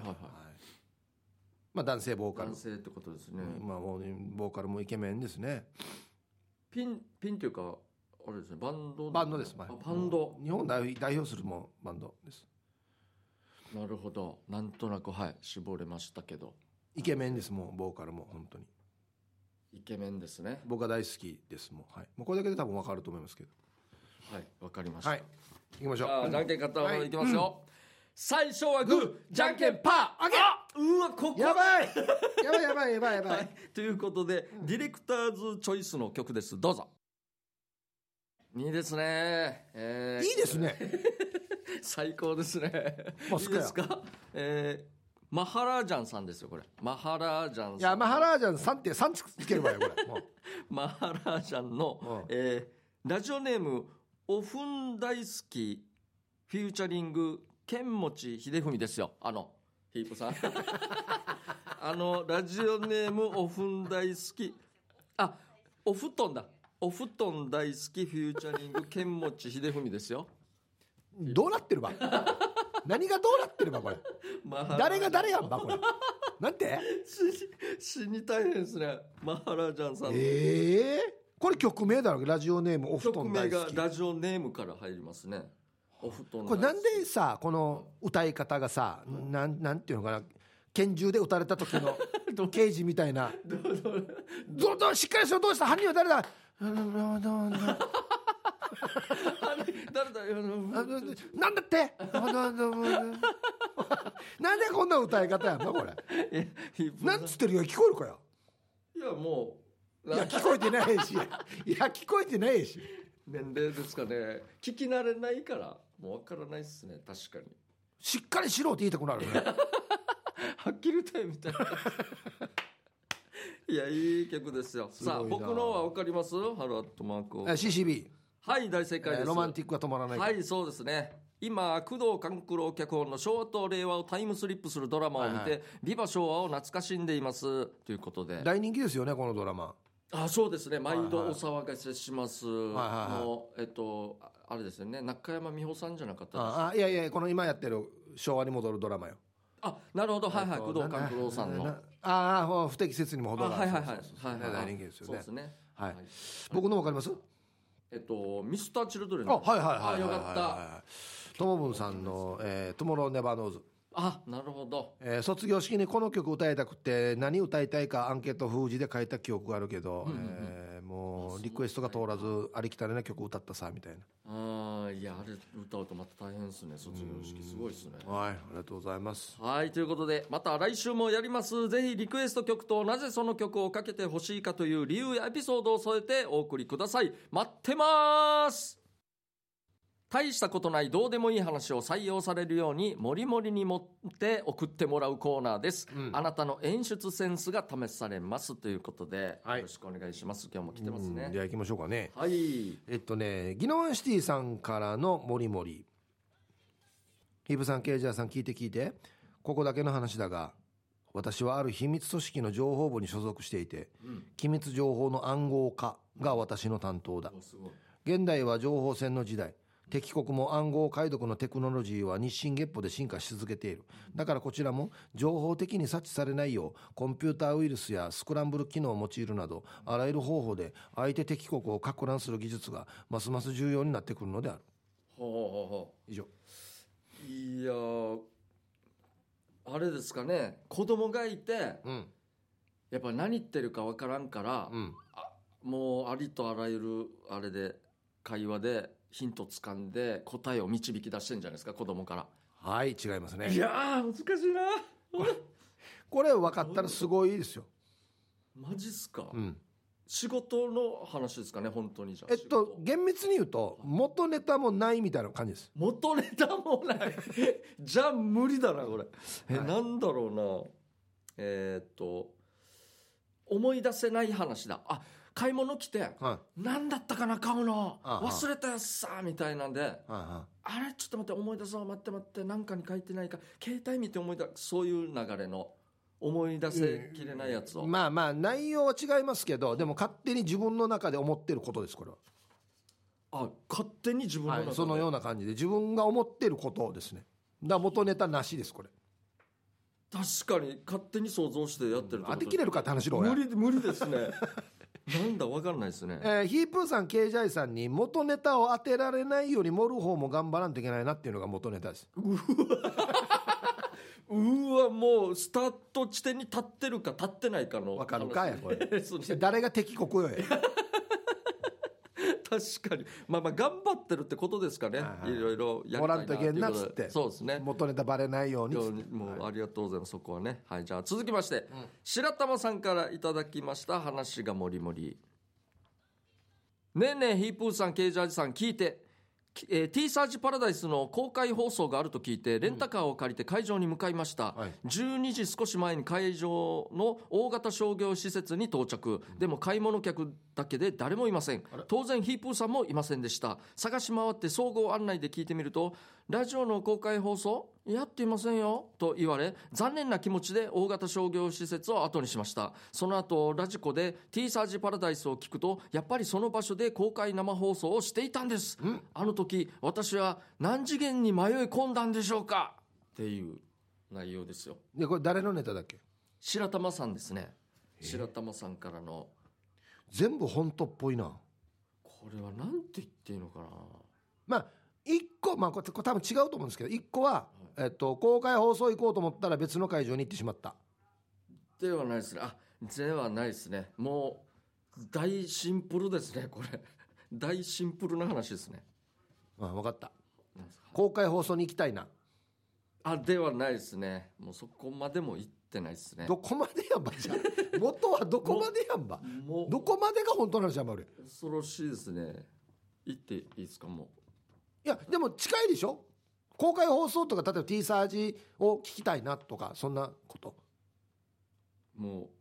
男性ボーカル。 男性ってことですね。 もうボーカルもイケメンですね。 ピンっていうかあれですね、バンドです。 バンド。 日本を代表するバンドです。 なるほど。なんとなく絞れましたけど。 イケメンです。もうボーカルも本当にイケメンですね。 僕が大好きです。もうこれだけで多分分かると思いますけど。 はい、分かりました。行きましょう。 じゃんけん勝った方いきますよ。最初はグー、じゃんけんパー。ここやばいということで、ディレクターズチョイスの曲です。どうぞ。いいですね。 いいですね。 最高ですね。 いいですか。 マハラージャンさんですよこれ。マハラージャンさん。 いやマハラージャンさんって3つければよこれもうマハラージャンの、ラジオネームおふん大好きフューチャリング剣持秀文ですよ。ヒープさんラジオネームおふん大好き、お布団だ、お布団大好きフューチャリング剣持秀文ですよ。 どうなってるば何がどうなってるばこれ誰が誰やんばこれなんて死に大変ですねマハラジャンさん。 これ曲名だろ。ラジオネームお布団大好き。 曲名がラジオネームから入りますね。お布団大好き。 これなんでさこの歌い方がさ、なんていうのかな、拳銃で撃たれた時の刑事みたいなどうしっかりしろ、どうした、犯人は誰だ誰だよなんだってなんでこんな歌い方やんのこれなんつってるよ、聞こえるかよ。 いやもういや聞こえてないし、いや聞こえてないし。 年齢ですかね。聞き慣れないからもう分からないっすね。確かにしっかりしろって言いたくなるねはっきり歌えみたいないやいい曲ですよ。さあ僕のは分かります？ハローアットマーク CCB。 はい大正解です。 ロマンティックは止まらない。 はいそうですね。今工藤官九郎脚本の昭和と令和をタイムスリップするドラマを見て、ビバ昭和を懐かしんでいますということで。 大人気ですよねこのドラマ。 そうですね。毎度お騒がせします、のあれですよね、中山美穂さんじゃなかったですか。いやこの今やってる昭和に戻るドラマよ。 なるほど、はいはい、工藤官九郎さんの不適切にも程がある。大人気ですよね。 そうですね。 はい。僕の分かります？ ミスターチルドレン。 はい。 よかった。 ともぶんさんのトゥモローネバーノーズ。 なるほど。 卒業式にこの曲歌いたくて何歌いたいかアンケート封じで書いた記憶があるけど、もうリクエストが通らずありきたりな曲歌ったさみたいな。 いやあれ歌うとまた大変ですね。卒業式すごいですね。 はい、ありがとうございます。 はいということでまた来週もやります。ぜひリクエスト曲となぜその曲をかけてほしいかという理由やエピソードを添えてお送りください。待ってます。大したことないどうでもいい話を採用されるようにもりもりに持って送ってもらうコーナーです、あなたの演出センスが試されますということで、よろしくお願いします。今日も来てますね。 じゃあ行きましょうかね。 はい。 ギノワンシティさんからのもりもり。ヒブさんケイジャーさん聞いてここだけの話だが、私はある秘密組織の情報部に所属していて、機密情報の暗号化が私の担当だ。現代は情報戦の時代、敵国も暗号解読のテクノロジーは日進月歩で進化し続けている。だからこちらも情報的に察知されないようコンピューターウイルスやスクランブル機能を用いるなどあらゆる方法で相手敵国を撹乱する技術がますます重要になってくるのである。以上。 いやあれですかね、子供がいて、やっぱ何言ってるか分からんから、もうありとあらゆるあれで会話でヒントつかんで答えを導き出してるんじゃないですか、子供から。 はい、違いますね。 いや難しいなこれ分かったらすごいですよ。 マジっすか。仕事の話ですかね本当に。じゃ厳密に言うと元ネタもないみたいな感じです。 元ネタもないじゃあ無理だなこれ。なんだろうな。思い出せない話だ。買い物来て、何だったかな買うの忘れたやつさみたいなんで、あれちょっと待って思い出そう、待って何かに書いてないか、携帯見て思い出す、そういう流れの思い出せきれないやつを、 まあ内容は違いますけど、でも勝手に自分の中で思ってることです。これは勝手に自分の中で、 そのような感じで自分が思ってることですね。だから元ネタなしです。これ確かに勝手に想像してやってる。 当てきれるかって話ろ。 無理ですねなんだ分かんないですね。 ヒープーさんケイジャイさんに元ネタを当てられないように盛る方も頑張らんといけないなっていうのが元ネタです。 うわもうスタート地点に立ってるか立ってないかの分かるかやこれ誰が敵国よ確かにまあ頑張ってるってことですかね。いろいろやりたいなっていうことで、 もらんといけんなっつって、 そうですね、 元ネタバレないようにもうありがとうございます。そこはね。はい、じゃあ続きまして、白玉さんからいただきました話がもりもり。ねえねえヒープーさんケイジャージさん聞いて、 T サージパラダイスの公開放送があると聞いてレンタカーを借りて会場に向かいました、12時少し前に会場の大型商業施設に到着、でも買い物客だけで誰もいません。当然ヒープーさんもいませんでした。探し回って総合案内で聞いてみると、ラジオの公開放送やっていませんよと言われ、残念な気持ちで大型商業施設を後にしました。その後ラジコで T サージパラダイスを聞くと、やっぱりその場所で公開生放送をしていたんです。あの時私は何次元に迷い込んだんでしょうかっていう内容ですよ。 でこれ誰のネタだっけ？ 白玉さんですね。白玉さんからの全部本当っぽいな。 これはなんて言っていいのかな。 まあ一個、まあ、これ多分違うと思うんですけど、一個は、公開放送行こうと思ったら別の会場に行ってしまったではないですね。ではないですね。もう大シンプルですね。これ大シンプルな話ですね。 分かった。公開放送に行きたいな。 ではないですね。もうそこまでも行ってないですね。 どこまでやんばじゃあ元はどこまでやんばどこまでが本当なのじゃんば俺。 恐ろしいですね。行っていいですか？もういやでも近いでしょ。公開放送とか例えば T サージを聞きたいなとかそんなこと。 も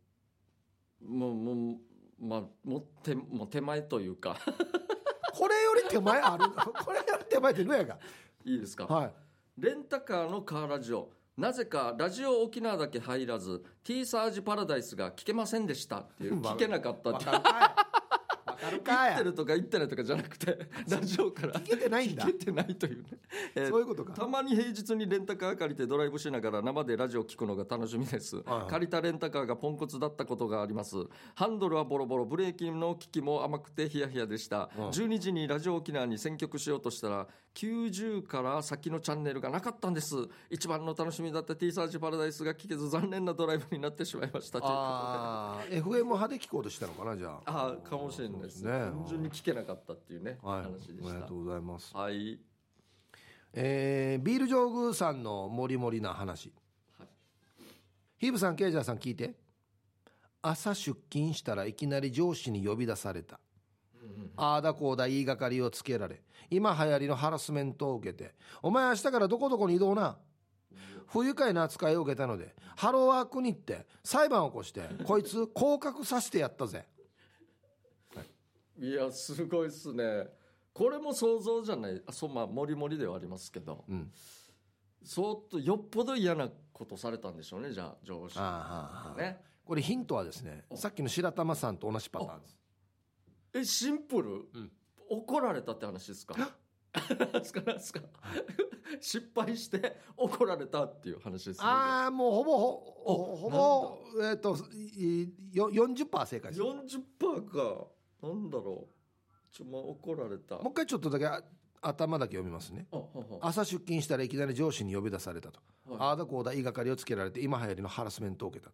う手前というかこれより手前あるこれより手前ってどうやがいいですか？ はい。 レンタカーのカーラジオ、なぜかラジオ沖縄だけ入らず T サージパラダイスが聞けませんでしたっていう聞けなかったっていう言ってるとか言ってないとかじゃなくてラジオから聞けてないんだ。 聞けてないというね、 そういうことか。 たまに平日にレンタカー借りてドライブしながら生でラジオ聞くのが楽しみです、借りたレンタカーがポンコツだったことがあります。ハンドルはボロボロ、ブレーキの機器も甘くてヒヤヒヤでした、12時にラジオ沖縄に選曲しようとしたら90から先のチャンネルがなかったんです。一番の楽しみだった T サージパラダイスが聞けず残念なドライブになってしまいましたということで、 FM 派で聞こうとしたのかな。じゃあかもしれないですね。単純に聞けなかったっていうね、話でした。 ありがとうございます。 はい。 ビール上宮さんのモリモリな話、ヒーブさん、ケイジャーさん聞いて。朝出勤したらいきなり上司に呼び出された、ああだこうだ言いがかりをつけられ、今流行りのハラスメントを受けて、お前明日からどこどこに移動な、不愉快な扱いを受けたのでハローワークに行って裁判を起こしてこいつ降格させてやったぜ。 いやすごいっすね。これも想像じゃない。もりもりではありますけど、そうとよっぽど嫌なことされたんでしょうね。じゃあ上司ね。 これヒントはですね、さっきの白玉さんと同じパターンです。 シンプル、怒られたって話ですか？なんすか失敗して怒られたっていう話ですね。 もうほぼ40% 正解です。 40% か。なんだろう。怒られた。 もう一回ちょっとだけ頭だけ読みますね。朝出勤したらいきなり上司に呼び出されたと、ああだこうだ言いがかりをつけられて今流行りのハラスメントを受けた。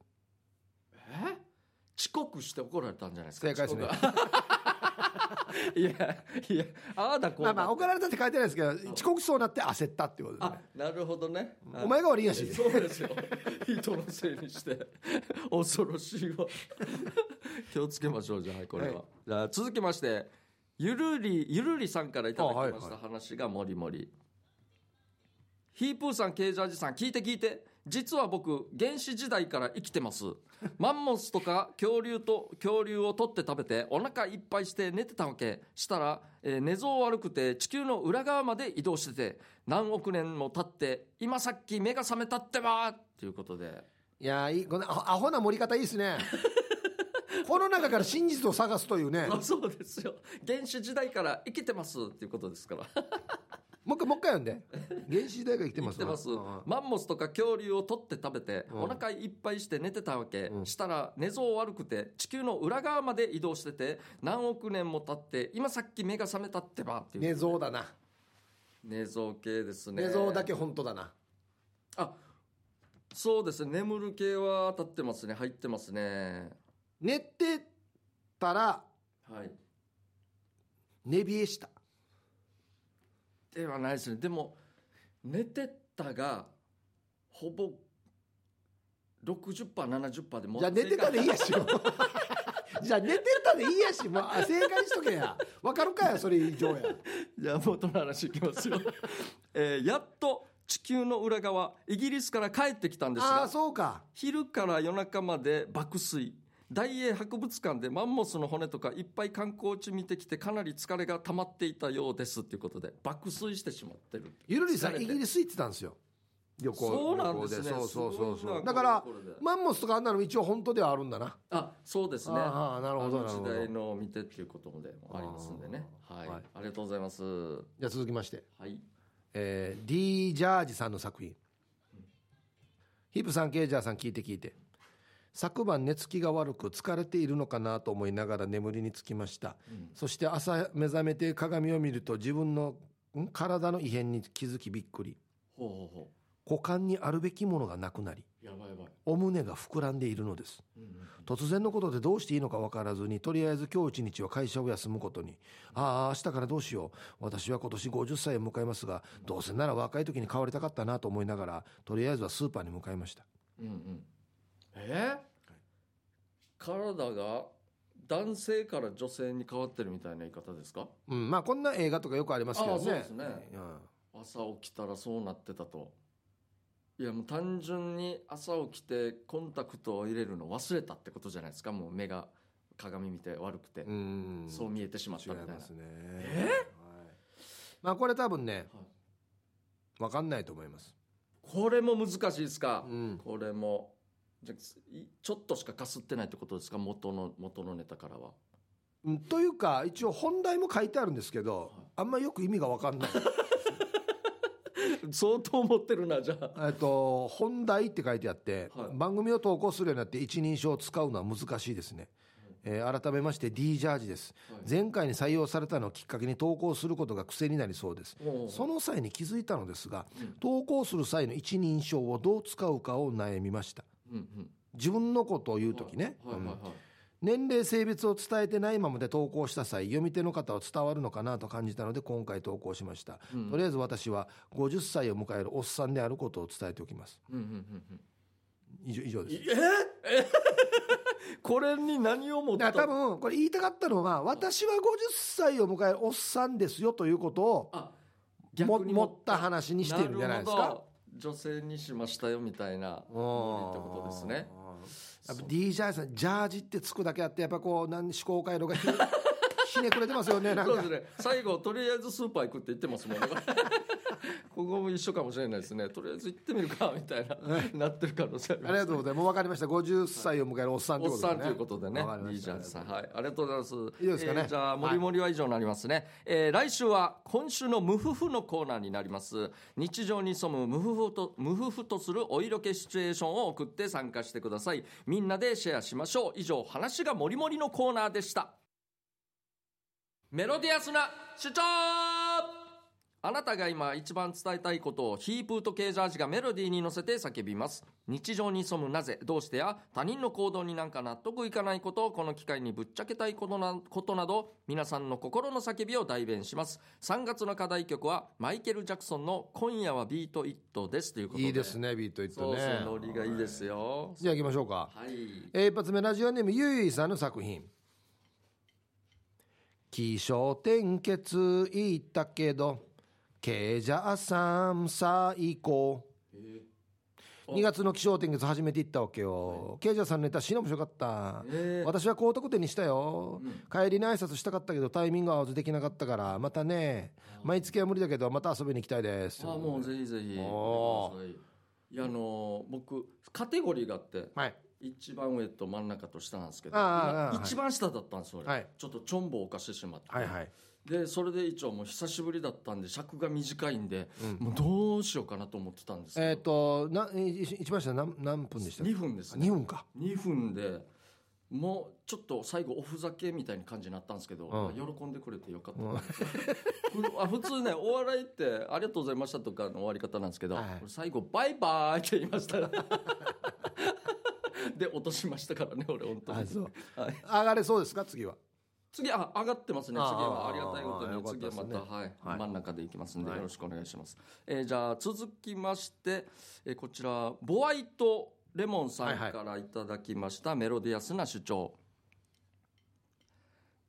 遅刻して怒られたんじゃないですか？ 正解ですね。 いやああだこうだ、 怒られたって書いてないですけど、遅刻しそうになって焦ったってことですね。 なるほどね。 お前が悪いやし。 そうですよ。人のせいにして恐ろしいわ。気をつけましょう。じゃあこれは、じゃあ続きましてゆるりさんからいただきました話がもりもり。ヒープーさん、ケージャージさん、聞いて。実は僕原始時代から生きてます。マンモスとか恐竜を取って食べてお腹いっぱいして寝てたわけ。したら、寝相悪くて地球の裏側まで移動してて何億年も経って今さっき目が覚めたってばということで。 いやいい、このアホな盛り方いいですね。この中から真実を探すというね。 そうですよ。原始時代から生きてますっていうことですから。 もう一回読んで。原始時代から生きてます。 マンモスとか恐竜を取って食べてお腹いっぱいして寝てたわけ、したら寝相悪くて地球の裏側まで移動してて何億年も経って今さっき目が覚めたってばっていう。 寝相だな。 寝相系ですね。 寝相だけ本当だな。 そうですね。眠る系は当たってますね。入ってますね。 寝てたら、寝冷えしたではないですね。でも寝てたがほぼ 60%、70% でも。 じゃあ寝てたでいいやしよ。 じゃあ寝てたでいいやし、もう正解しとけや。わかるかや、それ以上や。 じゃあ元の話いきますよ、やっと地球の裏側イギリスから帰ってきたんですあがあ、そうか。 昼から夜中まで爆睡。大英博物館でマンモスの骨とかいっぱい観光地見てきてかなり疲れが溜まっていたようですっていうことで爆睡してしまってる。 ゆるりさん疲れてイギリス行ってたんですよ、旅行。 そうなんですね。 そうそうそうそう。 すごいなだからこれでマンモスとかあんなの一応本当ではあるんだな。 あ、そうですね。 ああ、なるほどなるほど。 時代のを見てっていうことでもありますんでね。はい、 はいありがとうございます。 じゃあ続きまして、 はい D ジャージさんの作品、ヒップさん、ケイジャーさん、聞いて。昨晩寝つきが悪く疲れているのかなと思いながら眠りにつきました、そして朝目覚めて鏡を見ると自分の体の異変に気づきびっくり。 ほうほうほ股間にあるべきものがなくなり、 う。やばいやばい。 お胸が膨らんでいるのです。突然のことでどうしていいのか分からずに、とりあえず今日一日は会社を休むことに。ああ、明日からどうしよう。私は今年50歳を迎えますが、どうせなら若い時に変わりたかったなと思いながら、とりあえずはスーパーに向かいました。 体が男性から女性に変わってるみたいな言い方ですか？ まあこんな映画とかよくありますけどね。 そうですね、朝起きたらそうなってたと。いやもう単純に朝起きてコンタクトを入れるの忘れたってことじゃないですか。もう目が鏡見て悪くてそう見えてしまったみたいな。 違いますね。まあこれ多分ね、分かんないと思います。 これも難しいですか？これもじゃちょっとしかかすってないってことですか？元のネタからは。 というか一応本題も書いてあるんですけど、あんまよく意味が分かんない。 相当持ってるな。じゃあ本題って書いてあって、番組を投稿するようになって一人称を使うのは難しいですね。改めまして D ジャージです、前回に採用されたのをきっかけに投稿することが癖になりそうです。その際に気づいたのですが、投稿する際の一人称をどう使うかを悩みました。自分のことを言うときね、年齢性別を伝えてないままで投稿した際、読み手の方は伝わるのかなと感じたので今回投稿しました。とりあえず私は50歳を迎えるおっさんであることを伝えておきます。以上です。 これに何を持った？ 多分これ言いたかったのは、私は50歳を迎えるおっさんですよということを持った話にしてるんじゃないですか。 女性にしましたよみたいなってことですね。 やっぱ D ジャージさん、ジャージってつくだけあって、やっぱこう思考回路がひねくれてますよね。なんかそうですね。最後とりあえずスーパー行くって言ってますもんね。ここも一緒かもしれないですね。とりあえず行ってみるかみたいな、なってる可能性あります、ね。 ありがとうございます。もう分かりました。50歳を迎えるおっさんということでね。 おっさんということでね。いいじゃんさん。はい。ありがとうございます。 いいですかね。 じゃあ、もりもりは以上になりますね。来週は今週のムフフのコーナーになります。日常に潜むムフフとするお色気シチュエーションを送って参加してください。みんなでシェアしましょう。以上、話がもりもりのコーナーでした。メロディアスな主張。あなたが今一番伝えたいことをヒープーとケージャージがメロディーに乗せて叫びます。日常に潜むなぜ、どうしてや他人の行動になんか納得いかないことをこの機会にぶっちゃけたいことなど、皆さんの心の叫びを代弁します。3月の課題曲はマイケル・ジャクソンの今夜はビートイットですということで。 いいですね、ビートイットね。 そうそう、ノリがいいですよ。 じゃあ行きましょうか。一発目、ラジオネームゆいゆいさんの作品。起承転結言ったけどケージャーさん最高。2月の起承転結初めて行ったわけよ。ケージャーさんのネタ死の面白かった。私は高得点にしたよ、帰りに挨拶したかったけどタイミング合わずできなかったからまたね。毎月は無理だけどまた遊びに行きたいです。 もうぜひぜひ。いや僕カテゴリーがあって、一番上と真ん中と下なんですけど、一番下だったんですよ、ちょっとチョンボを犯してしまって、でそれで一応もう久しぶりだったんで尺が短いんで、もうどうしようかなと思ってたんですけど、 一番下何分でしたっけ？ 2分ですね。 2分か。 2分でもうちょっと最後おふざけみたいな感じになったんですけど、喜んでくれてよかった、普通ねお笑いってありがとうございましたとかの終わり方なんですけど、最後バイバイって言いましたらで落としましたからね俺本当に。 上がれそうですか？次は上がってますね。次はありがたいことに次はまた、真ん中でいきますんでよろしくお願いします。じゃあ続きまして、こちらボワイトレモンさんからいただきましたメロディアスな主張。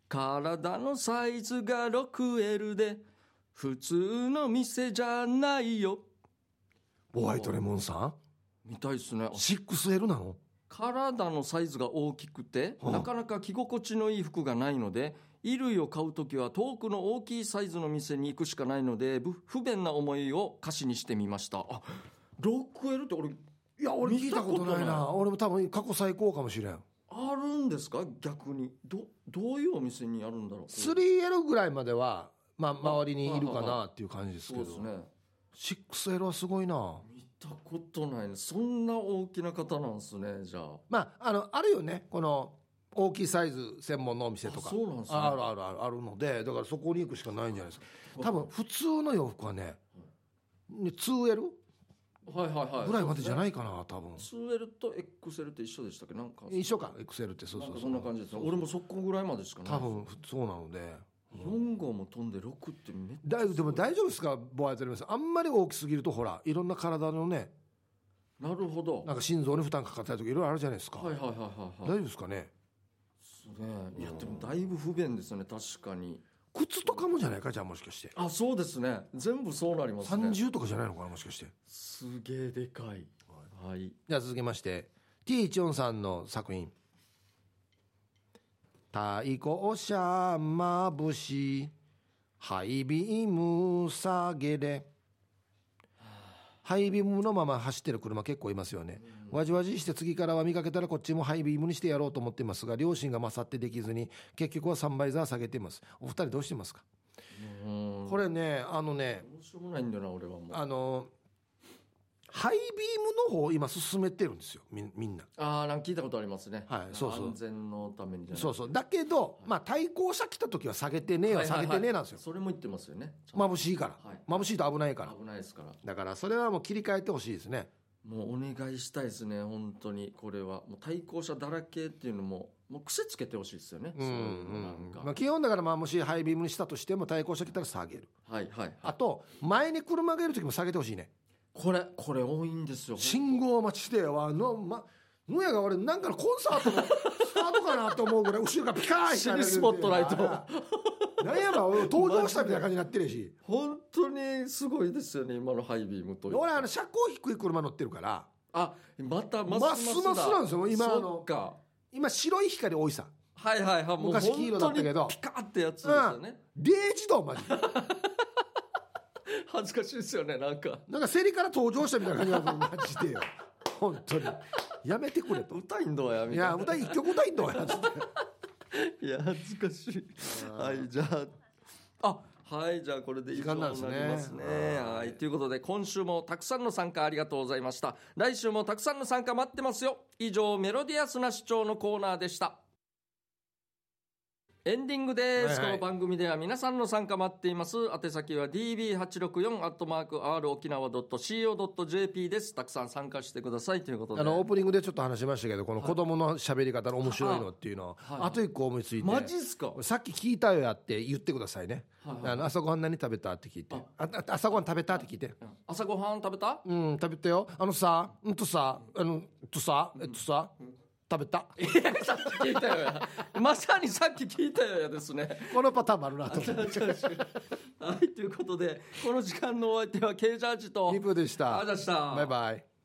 体のサイズが 6L で普通の店じゃないよ。 ホワイトレモンさんみたいですね。 6L なの？ 体のサイズが大きくて、なかなか着心地のいい服がないので、衣類を買うときは遠くの大きいサイズの店に行くしかないので、不便な思いを歌詞にしてみました。あ、6L って俺、 いや俺聞いたことないな。俺も多分過去最高かもしれん。 あるんですか？逆にどういうお店にあるんだろう。 3L ぐらいまではまあ周りにいるかなっていう感じですけど、 そうですね。 6L はすごいな。 見たことないね。そんな大きな方なんですね。じゃあまああるよね、この大きいサイズ専門のお店とか。 そうなんですね。 あるので、だからそこに行くしかないんじゃないですか。多分普通の洋服はね 2L はいはいはいぐらいまでじゃないかな、多分。 2L と XL って一緒でしたっけ？なんか一緒か、 XL って。そうそんな感じですね。俺もそこぐらいまでしかない。 多分そうなので、 4号も飛んで6ってめっちゃ。 でも大丈夫ですか、ボワイトレモンさん。あんまり大きすぎるとほらいろんな体のね、 なるほど。 なんか心臓に負担かかったりとかいろいろあるじゃないですか。 はいはいはいはい、 大丈夫ですかね。 いやでもだいぶ不便ですよね。確かに。 靴とかもじゃないか、じゃあもしかして。 あ、そうですね。全部そうなりますね。 30とかじゃないのかな、もしかして。 すげえでかい。はい。 じゃあ続きまして T14 さんの作品。太鼓しゃまぶしハイビーム下げで。ハイビームのまま走ってる車結構いますよね。わじわじして次からは見かけたらこっちもハイビームにしてやろうと思っていますが、両親が勝ってできずに結局はサンバイザー下げています。お二人どうしてますか？これね、 どうしようもないんだよな俺はもう。 ハイビームの方今進めてるんですよ、みんな。 なんか聞いたことありますね。 はい、そうそう。 安全のためにじゃない。 そうだけど、まあ対向車来た時は下げてねえは下げてねえなんですよ。 それも言ってますよね。 眩しいから、眩しいと危ないから。 危ないですから。 だからそれはもう切り替えてほしいですね。 もうお願いしたいですね、本当に。これはもう対向車だらけっていうのももう癖つけてほしいですよね。 まあ、基本だから、まあもしハイビームにしたとしても対向車来たら下げる。あと前に車がいる時も下げてほしいね。これ多いんですよ。 信号待ちしてはのやが俺なんかのコンサートのスタートかなと思うぐらい後ろがピカーン死にスポットライト何やば登場したみたいな感じになってるし、 本当にすごいですよね今のハイビームという。 俺車高低い車乗ってるから、 またますなんですよ今白い光多いさ。 もう昔黄色だったけどピカーってやつですよね。 0時度マジで恥ずかしいですよね。なんか競りから登場したみたいな感じなんですよマジでよ。本当にやめてくれと。 歌いんどやみたいな。 いや一曲歌いんどやつっていや恥ずかしい。じゃあこれで以上になりますね。ということで今週もたくさんの参加ありがとうございました。来週もたくさんの参加待ってますよ。以上メロディアスな主張のコーナーでした。エンディングです、この番組では皆さんの参加待っています。宛先は db864@rokinawa.co.jp です。たくさん参加してくださいということで、 オープニングでちょっと話しましたけど、この子供の喋り方の面白いのっていうのをあと一個思いついて。 マジっすか？ さっき聞いたよやって言ってくださいね。朝ごはん何食べたって聞いて、朝ごはん食べたって聞いて、 朝ごはん食べた？ 食べたよ。さ食べた。 さっき聞いたよや。まさにさっき聞いたよやですね。 このパターンもあるなと思って。 ということでこの時間のお相手はケイジャージとリプでした。 ありがとうございました。 バイバイ。